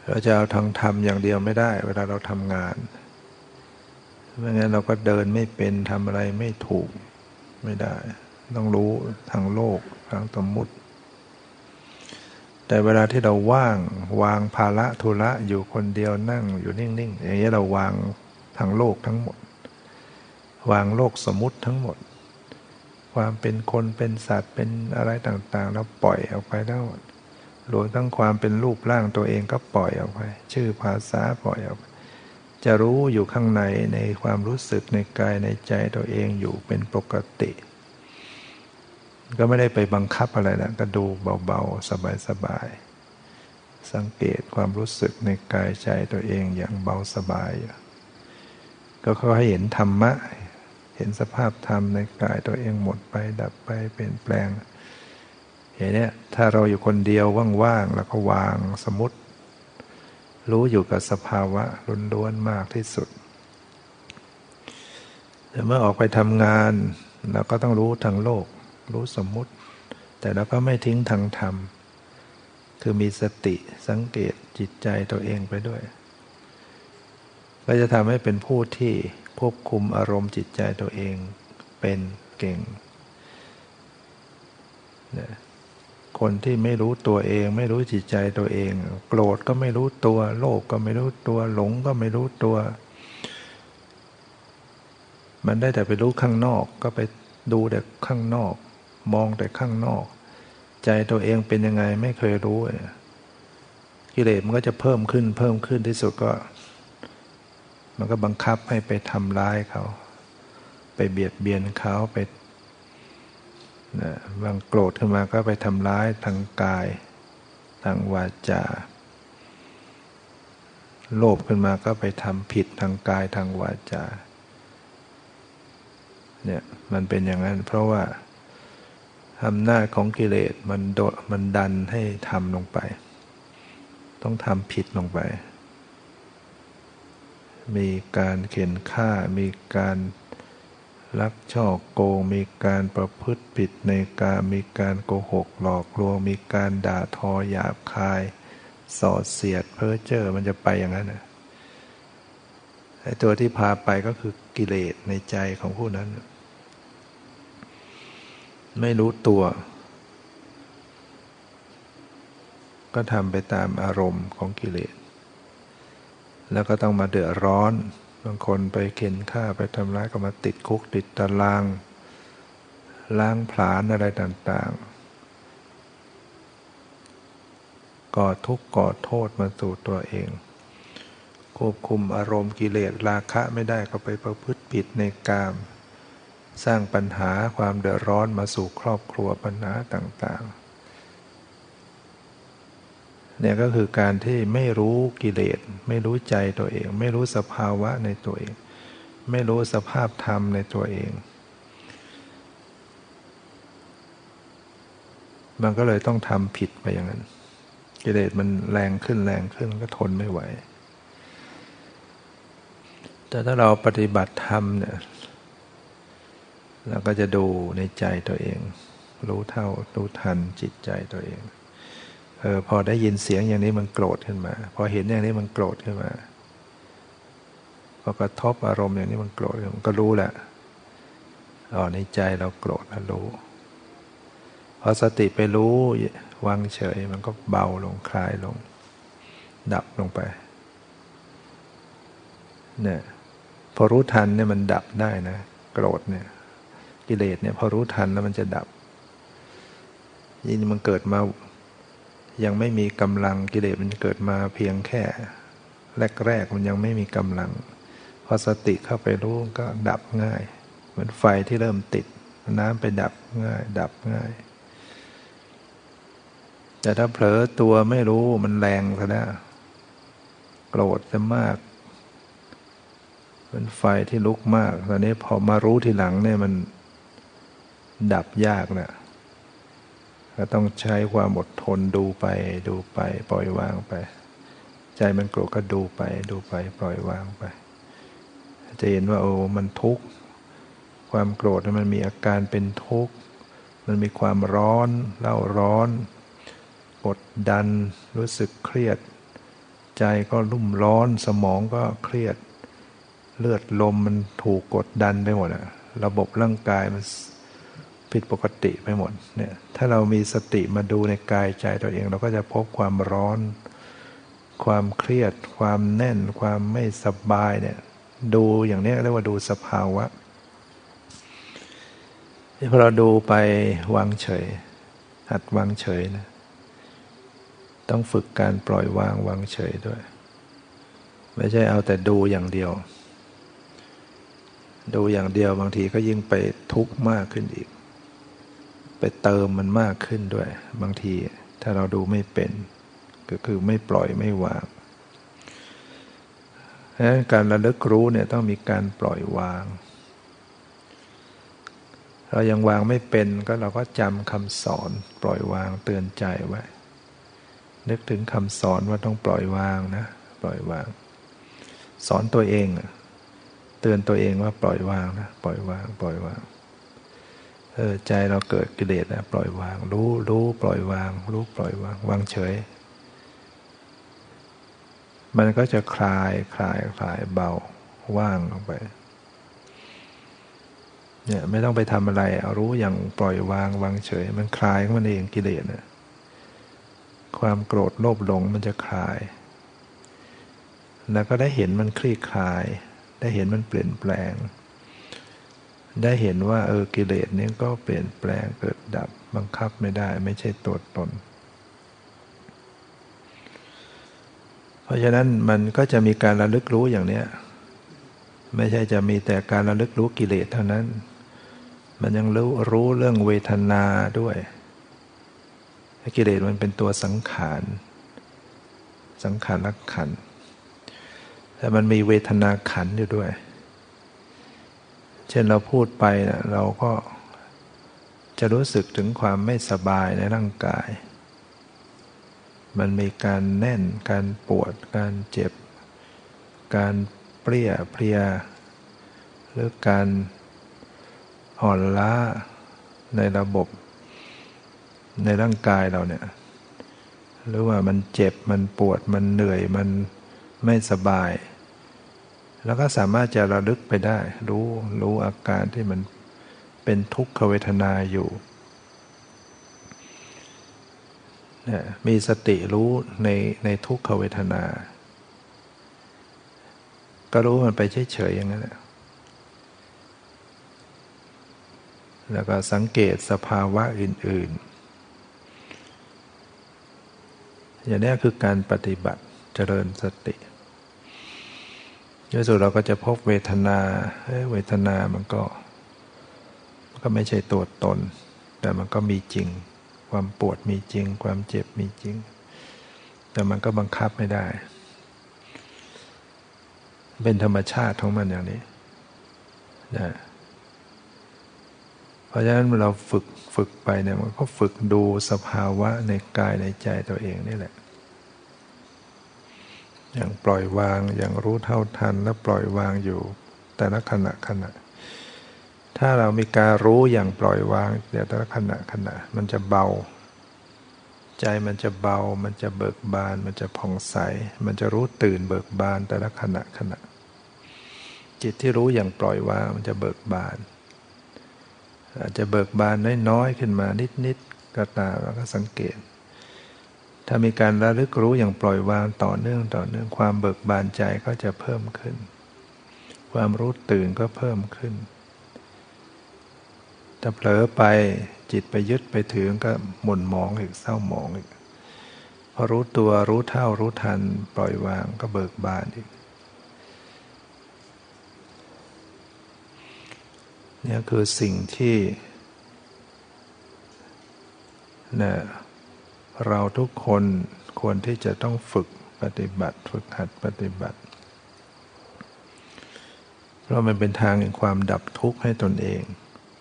เราจะเอาทางธรรมอย่างเดียวไม่ได้เวลาเราทำงานไม่งั้นเราก็เดินไม่เป็นทำอะไรไม่ถูกไม่ได้ต้องรู้ทางโลกทางสมมุติแต่เวลาที่เราว่างวางภาระธุระอยู่คนเดียวนั่งอยู่นิ่งๆอย่างนี้เราวางทางโลกทั้งหมดวางโลกสมมุติทั้งหมดความเป็นคนเป็นสัตว์เป็นอะไรต่างๆเราปล่อยออกไปทั้งหมดรวมทั้งความเป็นรูปร่างตัวเองก็ปล่อยออกไปชื่อภาษาปล่อยออกไปจะรู้อยู่ข้างในในความรู้สึกในกายในใจตัวเองอยู่เป็นปกติก็ไม่ได้ไปบังคับอะไรนะก็ดูเบาๆสบายๆสังเกตความรู้สึกในกายใจตัวเองอย่างเบาสบายก็ค่อยๆเห็นธรรมะเห็นสภาพธรรมในกายตัวเองหมดไปดับไปเปลี่ยนแปลงอย่างนี้ถ้าเราอยู่คนเดียวว่างๆแล้วก็วางสมมุติรู้อยู่กับสภาวะล้วนๆมากที่สุดแต่เมื่อออกไปทำงานเราก็ต้องรู้ทางโลกรู้สมมุติแต่เราก็ไม่ทิ้งทางธรรมคือมีสติสังเกตจิตใจตัวเองไปด้วยก็จะทำให้เป็นผู้ที่ควบคุมอารมณ์จิตใจตัวเองเป็นเก่งคนที่ไม่รู้ตัวเองไม่รู้จิตใจตัวเองโกรธก็ไม่รู้ตัวโลภก็ไม่รู้ตัวหลงก็ไม่รู้ตัวมันได้แต่ไปรู้ข้างนอกก็ไปดูแต่ข้างนอกมองแต่ข้างนอกใจตัวเองเป็นยังไงไม่เคยรู้กิเลสมันก็จะเพิ่มขึ้นเพิ่มขึ้นที่สุดก็มันก็บังคับให้ไปทำร้ายเขาไปเบียดเบียนเขาไปนะบางโกรธขึ้นมาก็ไปทำร้ายทางกายทางวาจาโลภขึ้นมาก็ไปทำผิดทางกายทางวาจาเนี่ยมันเป็นอย่างนั้นเพราะว่าอำนาจของกิเลสมันโดมันดันให้ทำลงไปต้องทำผิดลงไปมีการเข็นฆ่ามีการลักช่อโกงมีการประพฤติผิดในการมีการโกหกหลอกลวงมีการด่าทอหยาบคายส่อเสียดเพ้อเจ้อมันจะไปอย่างนั้นนะไอ้ตัวที่พาไปก็คือกิเลสในใจของผู้นั้นไม่รู้ตัวก็ทำไปตามอารมณ์ของกิเลสแล้วก็ต้องมาเดือดร้อนบางคนไปเข็นฆ่าไปทำร้ายก็มาติดคุกติดตารางล้างผลาญอะไรต่างๆก่อทุกข์ก่อโทษมาสู่ตัวเองควบคุมอารมณ์กิเลสราคะไม่ได้ก็ไปประพฤติผิดในกามสร้างปัญหาความเดือดร้อนมาสู่ครอบครัวปัญหาต่างๆเนี่ยก็คือการที่ไม่รู้กิเลสไม่รู้ใจตัวเองไม่รู้สภาวะในตัวเองไม่รู้สภาพธรรมในตัวเองมันก็เลยต้องทำผิดไปอย่างนั้นกิเลสมันแรงขึ้นแรงขึ้นก็ทนไม่ไหวแต่ถ้าเราปฏิบัติธรรมเนี่ยเราก็จะดูในใจตัวเองรู้เท่ารู้ทันจิตใจตัวเองเออพอได้ยินเสียงอย่างนี้มันโกรธขึ้นมาพอเห็นอย่างนี้มันโกรธขึ้นมาพอกระทบอารมณ์อย่างนี้มันโกรธมันก็รู้แหละอ๋อในใจเราโกรธแล้วรู้พอสติไปรู้วางเฉยมันก็เบาลงคลายลงดับลงไปเนี่ยพอรู้ทันเนี่ยมันดับได้นะโกรธเนี่ยกิเลสเนี่ยพอรู้ทันแล้วมันจะดับยิ่งมันเกิดมายังไม่มีกำลังกิเลสมันเกิดมาเพียงแค่แรกๆมันยังไม่มีกำลังพอสติเข้าไปรู้ก็ดับง่ายเหมือนไฟที่เริ่มติดน้ำไปดับง่ายดับง่ายแต่ถ้าเผลอตัวไม่รู้มันแรงซะแล้วโกรธจะมากเป็นไฟที่ลุกมากตอนนี้พอมารู้ทีหลังเนี่ยมันดับยากนะก็ต้องใช้ความอดทนดูไปดูไปปล่อยวางไปใจมันโกรธก็ดูไปดูไปปล่อยวางไปจะเห็นว่าโอ้มันทุกข์ความโกรธมันมีอาการเป็นทุกข์มันมีความร้อนเล่าร้อนกดดันรู้สึกเครียดใจก็รุ่มร้อนสมองก็เครียดเลือดลมมันถูกกดดันไปหมดอะระบบร่างกายมันผิดปกติไปหมดเนี่ยถ้าเรามีสติมาดูในกายใจตัวเองเราก็จะพบความร้อนความเครียดความแน่นความไม่สบายเนี่ยดูอย่างนี้เรียกว่าดูสภาวะพอเราดูไปวางเฉยหัดวางเฉยนะต้องฝึกการปล่อยวางวางเฉยด้วยไม่ใช่เอาแต่ดูอย่างเดียวดูอย่างเดียวบางทีก็ยิ่งไปทุกข์มากขึ้นอีกไปเติมมันมากขึ้นด้วยบางทีถ้าเราดูไม่เป็นก็คือไม่ปล่อยไม่วางเพราะฉะนั้นการระลึกรู้เนี่ยต้องมีการปล่อยวางเรายังวางไม่เป็นก็เราก็จำคำสอนปล่อยวางเตือนใจไว้นึกถึงคำสอนว่าต้องปล่อยวางนะปล่อยวางสอนตัวเองเตือนตัวเองว่าปล่อยวางนะปล่อยวางปล่อยวางเออใจเราเกิดกิเลสนะปล่อยวางรู้รู้ปล่อยวางรู้ปล่อยวางวางเฉยมันก็จะคลายคลายคลายเบาว่างลงไปเนี่ยไม่ต้องไปทำอะไรเอารู้อย่างปล่อยวางวางเฉยมันคลายของมันเองกิเลสนะความโกรธโลภหลงมันจะคลายแล้วก็ได้เห็นมันคลี่คลายได้เห็นมันเปลี่ยนแปลงได้เห็นว่าเออกิเลสนี้ก็เปลี่ยนแปลงเกิดดับบังคับไม่ได้ไม่ใช่ตัวตนเพราะฉะนั้นมันก็จะมีการระลึกรู้อย่างเนี้ยไม่ใช่จะมีแต่การระลึกรู้กิเลสเท่านั้นมันยังรู้รู้เรื่องเวทนาด้วยกิเลสมันเป็นตัวสังขารสังขารขันธ์แต่มันมีเวทนาขันธ์อยู่ด้วยเช่นเราพูดไปนะเราก็จะรู้สึกถึงความไม่สบายในร่างกายมันมีการแน่นการปวดการเจ็บการเปรี้ยเพลียหรือการอ่อนล้าในระบบในร่างกายเราเนี่ยหรือว่ามันเจ็บมันปวดมันเหนื่อยมันไม่สบายแล้วก็สามารถจะระลึกไปได้รู้รู้อาการที่มันเป็นทุกขเวทนาอยู่เนี่ยมีสติรู้ในในทุกขเวทนาก็รู้มันไปเฉยๆอย่างนั้นแหละแล้วก็สังเกตสภาวะอื่นๆอย่างนี้คือการปฏิบัติเจริญสติในสุดเราก็จะพบเวทนาเวทนามันก็มันก็ไม่ใช่ตัวตนแต่มันก็มีจริงความปวดมีจริงความเจ็บมีจริงแต่มันก็บังคับไม่ได้เป็นธรรมชาติของมันอย่างนี้นะเพราะฉะนั้นเราฝึกฝึกไปเนี่ยมันก็ฝึกดูสภาวะในกายในใจตัวเองนี่แหละอย่างปล่อยวางอย่างรู้เท่าทันและปล่อยวางอยู่แต่ละขณะขณะถ้าเรามีการรู้อย่างปล่อยวางแต่ละขณะขณะมันจะเบาใจมันจะเบามันจะเบิกบานมันจะผ่องใสมันจะรู้ตื่นเบิกบานแต่ละขณะขณะจิตที่รู้อย่างปล่อยวางมันจะเบิกบานอาจจะเบิกบานน้อยๆขึ้นมานิดๆก็ตามแล้วก็สังเกตถ้ามีการระลึกรู้อย่างปล่อยวางต่อเนื่องต่อเนื่องความเบิกบานใจก็จะเพิ่มขึ้นความรู้ตื่นก็เพิ่มขึ้นถ้าเผลอไปจิตไปยึดไปถือก็หม่นหมองอีกเศร้าหมองอีกพอรู้ตัวรู้เท่ารู้ทันปล่อยวางก็เบิกบานอีกนี่คือสิ่งที่นะเราทุกคนควรที่จะต้องฝึกปฏิบัติฝึกหัดปฏิบัติเพราะมันเป็นทางแห่งความดับทุกข์ให้ตนเอง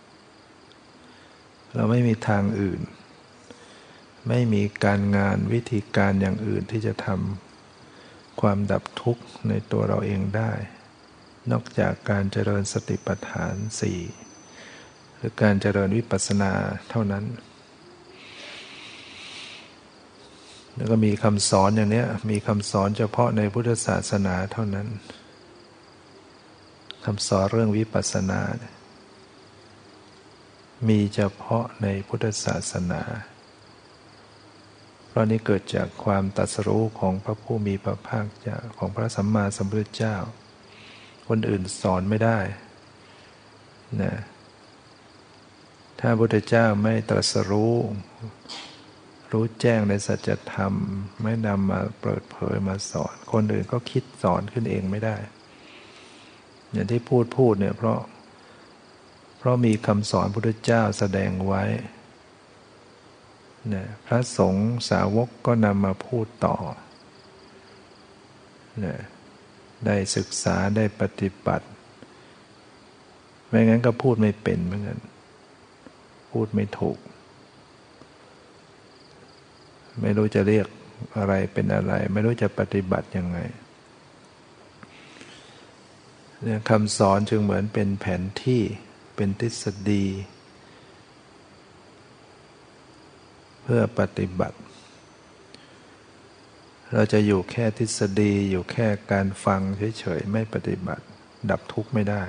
เราไม่มีทางอื่นไม่มีการงานวิธีการอย่างอื่นที่จะทำความดับทุกข์ในตัวเราเองได้นอกจากการเจริญสติปัฏฐานสี่หรือการเจริญวิปัสสนาเท่านั้นแล้วก็มีคำสอนอย่างนี้มีคำสอนเฉพาะในพุทธศาสนาเท่านั้นคำสอนเรื่องวิปัสสนามีเฉพาะในพุทธศาสนาเพราะนี้เกิดจากความตรัสรู้ของพระผู้มีพระภาคเจ้าของพระสัมมาสัมพุทธเจ้าคนอื่นสอนไม่ได้นะถ้าพระพุทธเจ้าไม่ตรัสรู้รู้แจ้งในสัจธรรมไม่นำมาเปิดเผยมาสอนคนอื่นก็คิดสอนขึ้นเองไม่ได้อย่างที่พูดพูดเนี่ยเพราะเพราะมีคำสอนพระพุทธเจ้าแสดงไว้นะพระสงฆ์สาวกก็นำมาพูดต่อนะได้ศึกษาได้ปฏิบัติไม่งั้นก็พูดไม่เป็นเหมือนกันพูดไม่ถูกไม่รู้จะเรียกอะไรเป็นอะไรไม่รู้จะปฏิบัติยังไงเนี่ยคำสอนจึงเหมือนเป็นแผนที่เป็นทฤษฎีเพื่อปฏิบัติเราจะอยู่แค่ทฤษฎีอยู่แค่การฟังเฉยๆไม่ปฏิบัติดับทุกข์ไม่ได้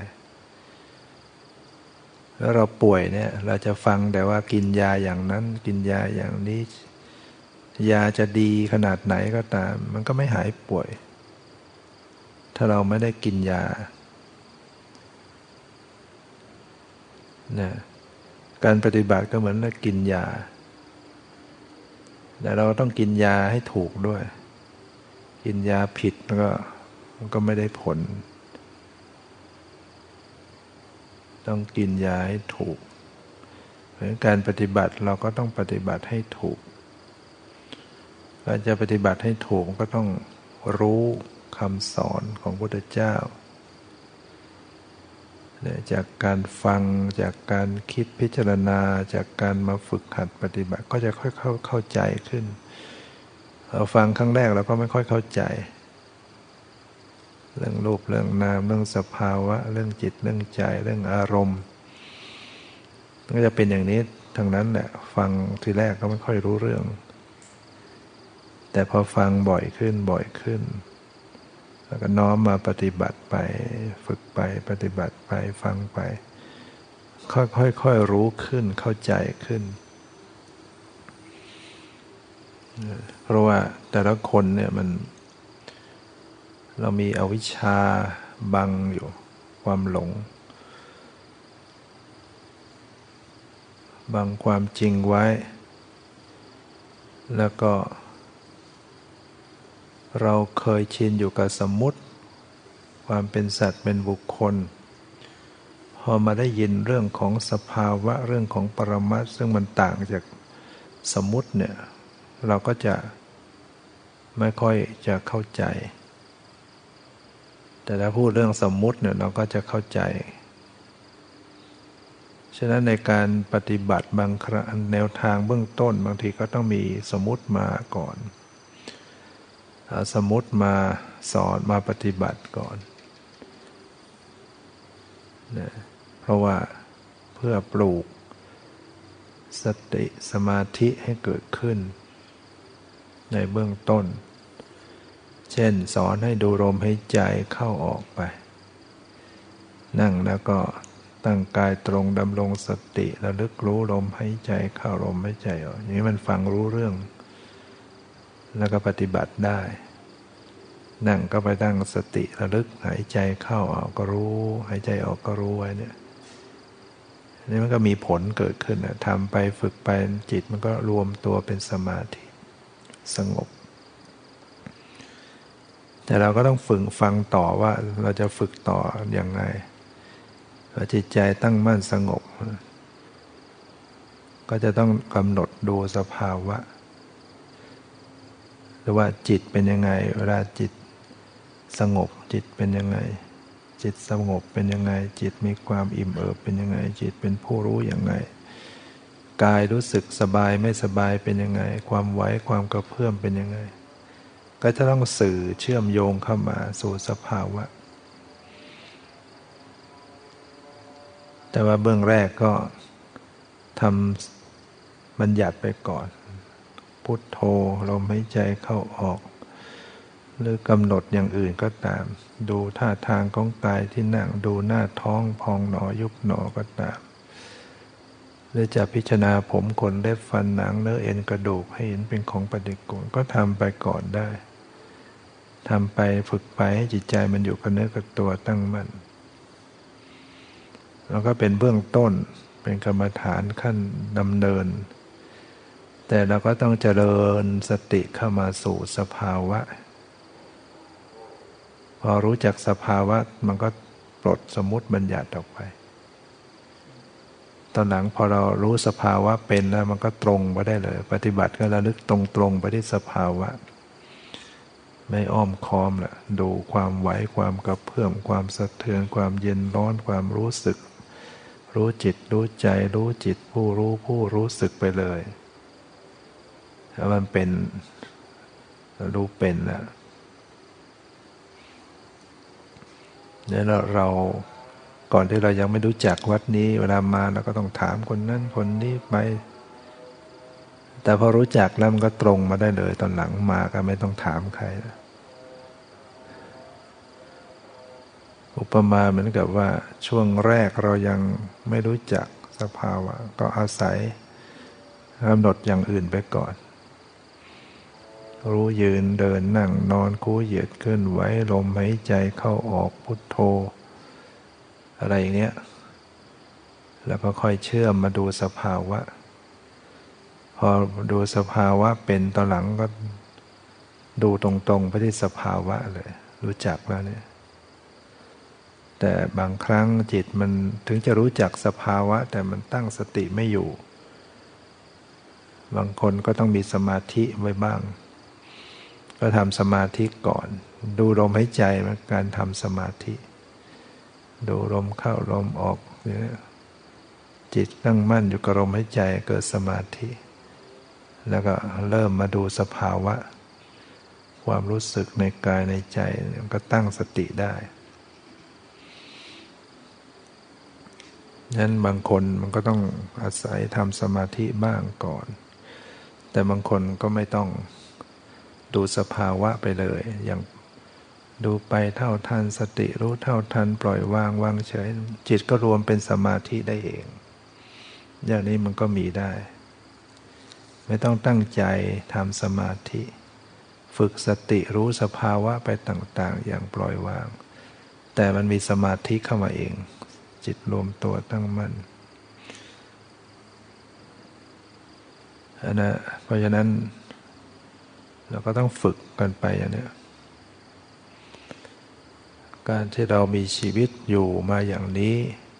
แล้วเราป่วยเนี่ยเราจะฟังแต่ว่ากินยาอย่างนั้นกินยาอย่างนี้ยาจะดีขนาดไหนก็ตามมันก็ไม่หายป่วยถ้าเราไม่ได้กินยานะการปฏิบัติก็เหมือนเรากินยาแต่เราต้องกินยาให้ถูกด้วยกินยาผิดมันก็มันก็ไม่ได้ผลต้องกินยาให้ถูกเพราะการปฏิบัติเราก็ต้องปฏิบัติให้ถูกการจะปฏิบัติให้ถูกก็ต้องรู้คำสอนของพระพุทธเจ้าจากการฟังจากการคิดพิจารณาจากการมาฝึกหัดปฏิบัติก็จะค่อยเข้าเข้าใจขึ้นเราฟังครั้งแรกเราก็ไม่ค่อยเข้าใจเรื่องรูปเรื่องนามเรื่องสภาวะเรื่องจิตเรื่องใจเรื่องอารมณ์มันก็จะเป็นอย่างนี้ทั้งนั้นแหละฟังทีแรกก็ไม่ค่อยรู้เรื่องแต่พอฟังบ่อยขึ้นบ่อยขึ้นแล้วก็น้อมมาปฏิบัติไปฝึกไปปฏิบัติไปฟังไปค่อยๆรู้ขึ้นเข้าใจขึ้นเพราะว่าแต่ละคนเนี่ยมันเรามีอวิชชาบังอยู่ความหลงบังความจริงไว้แล้วก็เราเคยชินอยู่กับสมมุติความเป็นสัตว์เป็นบุคคลพอมาได้ยินเรื่องของสภาวะเรื่องของปรมัตถ์ซึ่งมันต่างจากสมมุติเนี่ยเราก็จะไม่ค่อยจะเข้าใจแต่ถ้าพูดเรื่องสมมุติเนี่ยเราก็จะเข้าใจฉะนั้นในการปฏิบัติบางครั้งแนวทางเบื้องต้นบางทีก็ต้องมีสมมุติมาก่อนเอาสมมุติมาสอนมาปฏิบัติก่อนนะเพราะว่าเพื่อปลูกสติสมาธิให้เกิดขึ้นในเบื้องต้นเช่นสอนให้ดูลมหายใจเข้าออกไปนั่งแล้วก็ตั้งกายตรงดำรงสติระลึกรู้ลมหายใจเข้าลมหายใจออกอย่างนี้มันฟังรู้เรื่องแล้วก็ปฏิบัติได้นั่งก็ไปตั้งสติระลึกหายใจเข้าออกก็รู้หายใจออกก็รู้ไว้เนี่ยนี่มันก็มีผลเกิดขึ้นนะทำไปฝึกไปจิตมันก็รวมตัวเป็นสมาธิสงบแต่เราก็ต้องฝึกฟังต่อว่าเราจะฝึกต่ออย่างไรว่าจิตใจตั้งมั่นสงบก็จะต้องกำหนดดูสภาวะหรือว่าจิตเป็นยังไงเวลาจิตสงบจิตเป็นยังไงจิตสงบเป็นยังไงจิตมีความอิ่มเอิบเป็นยังไงจิตเป็นผู้รู้อย่างไรกายรู้สึกสบายไม่สบายเป็นยังไงความไหวความกระเพื่อมเป็นยังไงก็จะต้องสื่อเชื่อมโยงเข้ามาสู่สภาวะแต่ว่าเบื้องแรกก็ทำบัญญัติไปก่อนพุทโธลมหายใจเข้าออกหรือกำหนดอย่างอื่นก็ตามดูท่าทางของกายที่นั่งดูหน้าท้องพองหนอยุบหนอก็ตามหรือจะพิจารณาผมขนเล็บฟันหนังเนื้อเอ็นกระดูกให้เห็นเป็นของปฏิกูลก็ทำไปก่อนได้ทำไปฝึกไปให้จิตใจมันอยู่กับเนื้อกับตัวตั้งมั่นแล้วก็เป็นเบื้องต้นเป็นกรรมฐานขั้นดำเนินแต่เราก็ต้องเจริญสติเข้ามาสู่สภาวะพอรู้จักสภาวะมันก็ปลดสมมุติบัญญัติออกไปตอนหลังพอเรารู้สภาวะเป็นแล้วมันก็ตรงไปได้เลยปฏิบัติก็ระลึกตรงๆไปที่สภาวะไม่อ้อมค้อมละดูความไหวความกระเพื่อมความสะเทือนความเย็นร้อนความรู้สึกรู้จิตรู้ใจรู้จิตผู้รู้ผู้รู้สึกไปเลยถ้ามันเป็นรู้เป็นแล้วเนี่ยเราเราก่อนที่เรายังไม่รู้จักวัดนี้เวลามาเราก็ต้องถามคนนั้นคนนี้ไปแต่พอรู้จักแล้วมันก็ตรงมาได้เลยตอนหลังมาก็ไม่ต้องถามใครแล้วอุปมาเหมือนกับว่าช่วงแรกเรายังไม่รู้จักสภาวะก็อาศัยกำหนดอย่างอื่นไปก่อนรู้ยืนเดินนั่งนอนคู่เหยียดเคลื่อนไหวลมหายใจเข้าออกพุทโธอะไรอย่างเนี้ยแล้วก็ค่อยเชื่อมมาดูสภาวะพอดูสภาวะเป็นตอนหลังก็ดูตรงๆไปที่สภาวะเลยรู้จักแล้วเนี่ยแต่บางครั้งจิตมันถึงจะรู้จักสภาวะแต่มันตั้งสติไม่อยู่บางคนก็ต้องมีสมาธิไว้บ้างก็ทำสมาธิก่อนดูลมหายใจเป็นการทำสมาธิดูลมเข้าลมออกจิตตั้งมั่นอยู่กับลมหายใจเกิดสมาธิแล้วก็เริ่มมาดูสภาวะความรู้สึกในกายในใจมันก็ตั้งสติได้นั้นบางคนมันก็ต้องอาศัยทำสมาธิบ้างก่อนแต่บางคนก็ไม่ต้องดูสภาวะไปเลยอย่างดูไปเท่าทันสติรู้เท่าทันปล่อยวางวางเฉยจิตก็รวมเป็นสมาธิได้เองอย่างนี้มันก็มีได้ไม่ต้องตั้งใจทำสมาธิฝึกสติรู้สภาวะไปต่างๆอย่างปล่อยวางแต่มันมีสมาธิเข้ามาเองจิตรวมตัวตั้งมั่นอันนั้นเพราะฉะนั้นเราก็ต้องฝึกกันไปอย่างนี้การที่เรามีชีวิตอยู่มาอย่างนี้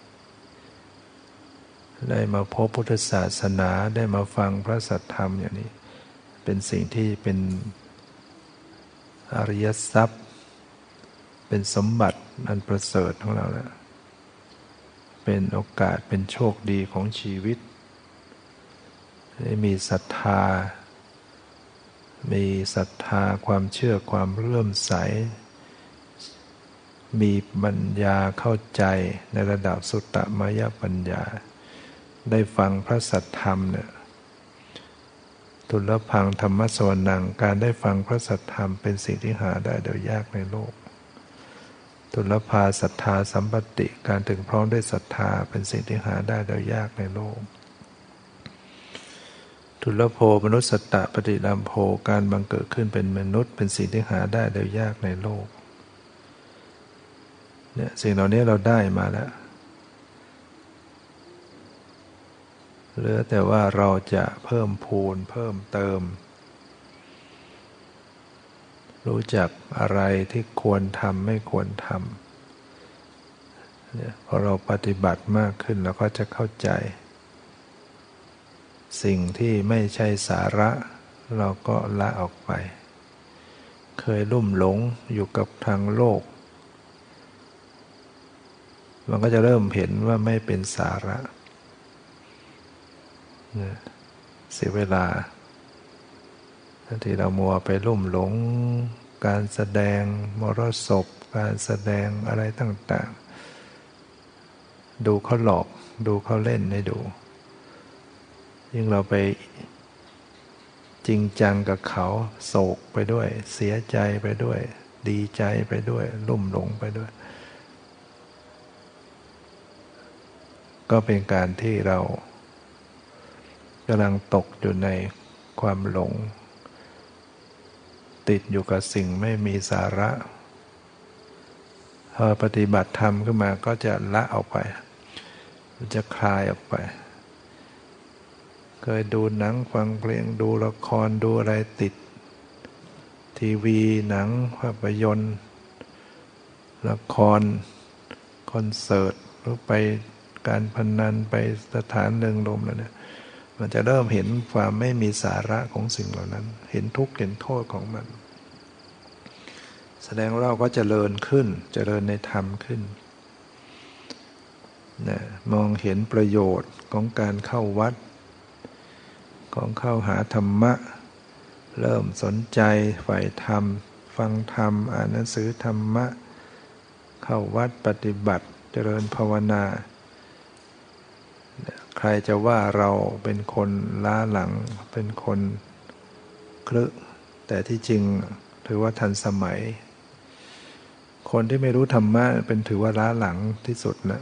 ได้มาพบพุทธศาสนาได้มาฟังพระสัทธรรมอย่างนี้เป็นสิ่งที่เป็นอริยทรัพย์เป็นสมบัติอันประเสริฐของเราแล้วเป็นโอกาสเป็นโชคดีของชีวิตได้มีศรัทธามีศรัทธาความเชื่อความเลื่อมใสมีปัญญาเข้าใจในระดับสุตตมยปัญญาได้ฟังพระสัทธรรมเนี่ยทุลพังธรรมสวนังการได้ฟังพระสัทธรรมเป็นสิ่งที่หาได้โดยยากในโลกทุลภาศรัทธาสัมปติการถึงพร้อมด้วยศรัทธาเป็นสิ่งที่หาได้โดยยากในโลกทุลโภมนุสสตะปฏิลัมโภการบังเกิดขึ้นเป็นมนุษย์เป็นสิ่งที่หาได้โดยยากในโลกเนี่ยสิ่งเหล่านี้เราได้มาแล้วเหลือแต่ว่าเราจะเพิ่มพูนเพิ่มเติมรู้จักอะไรที่ควรทำไม่ควรทำเนี่ยพอเราปฏิบัติมากขึ้นเราก็จะเข้าใจสิ่งที่ไม่ใช่สาระเราก็ละออกไปเคยลุ่มหลงอยู่กับทางโลกมันก็จะเริ่มเห็นว่าไม่เป็นสาระเสียเวลาที่เรามัวไปลุ่มหลงการแสดงมรสพการแสดงอะไรต่างๆดูเขาหลอกดูเขาเล่นให้ดูยิ่งเราไปจริงจังกับเขาโศกไปด้วยเสียใจไปด้วยดีใจไปด้วยลุ่มหลงไปด้วยก็เป็นการที่เรากำลังตกอยู่ในความหลงติดอยู่กับสิ่งไม่มีสาระพอปฏิบัติธรรมขึ้นมาก็จะละออกไปจะคลายออกไปเคยดูหนังฟังเพลงดูละครดูอะไรติดทีวีหนังภาพยนตร์ละครคอนเสิร์ตหรือไปการพนันไปสถานเริงรมย์แล้วเนี่ยมันจะเริ่มเห็นความไม่มีสาระของสิ่งเหล่านั้นเห็นทุกข์เห็นโทษของมันแสดงว่าเราก็เจริญขึ้นเจริญในธรรมขึ้นนะมองเห็นประโยชน์ของการเข้าวัดของเข้าหาธรรมะเริ่มสนใจใฝ่ธรรมฟังธรรมอ่านหนังสือธรรมะเข้าวัดปฏิบัติเจริญภาวนาใครจะว่าเราเป็นคนล้าหลังเป็นคนคลึแต่ที่จริงถือว่าทันสมัยคนที่ไม่รู้ธรรมะเป็นถือว่าล้าหลังที่สุดนะ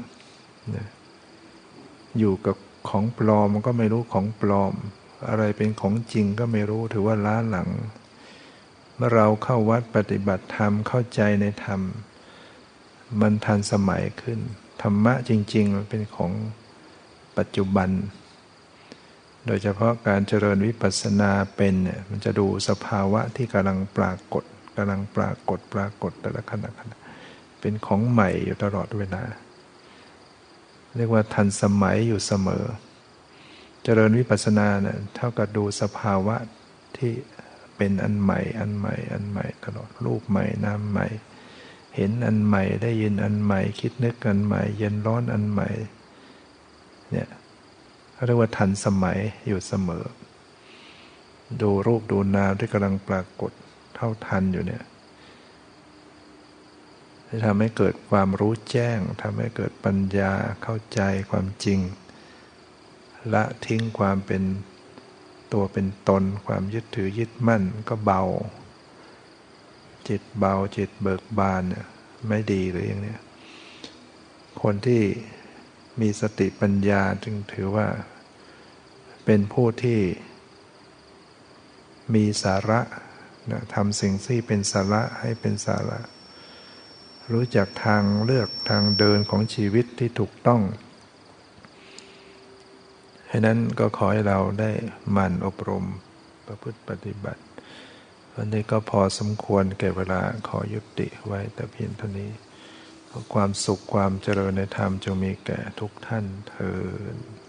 อยู่กับของปลอมก็ไม่รู้ของปลอมอะไรเป็นของจริงก็ไม่รู้ถือว่าล้าหลังเมื่อเราเข้าวัดปฏิบัติธรรมเข้าใจในธรรมมันทันสมัยขึ้นธรรมะจริงๆมันเป็นของปัจจุบันโดยเฉพาะการเจริญวิปัสสนาเป็นเนี่ยมันจะดูสภาวะที่กำลังปรากฏกำลังปรากฏปรากฏแต่ละขณะขณะเป็นของใหม่อยู่ตลอดเวลาเรียกว่าทันสมัยอยู่เสมอเจริญวิปัสสนาเนี่ยเท่ากับดูสภาวะที่เป็นอันใหม่อันใหม่อันใหม่ตลอดรูปใหม่นามใหม่เห็นอันใหม่ได้ยินอันใหม่คิดนึกอันใหม่เย็นร้อนอันใหม่เนี่ยเขาเรียกว่าทันสมัยอยู่เสมอดูรูปดูนามที่กำลังปรากฏเท่าทันอยู่เนี่ยจะทำให้เกิดความรู้แจ้งทำให้เกิดปัญญาเข้าใจความจริงละทิ้งความเป็นตัวเป็นตนความยึดถือยึดมั่นก็เบาจิตเบาจิตเบิกบานเนี่ยไม่ดีหรืออย่างเนี้ยคนที่มีสติปัญญาจึงถือว่าเป็นผู้ที่มีสาระนะทำสิ่งที่เป็นสาระให้เป็นสาระรู้จักทางเลือกทางเดินของชีวิตที่ถูกต้องให้นั้นก็ขอให้เราได้หมั่นอบรมประพฤติปฏิบัติวันนี้ก็พอสมควรแก่เวลาขอยุติไว้แต่เพียงเท่านี้ขอความสุขความเจริญในธรรมจงมีแก่ทุกท่านเทอญ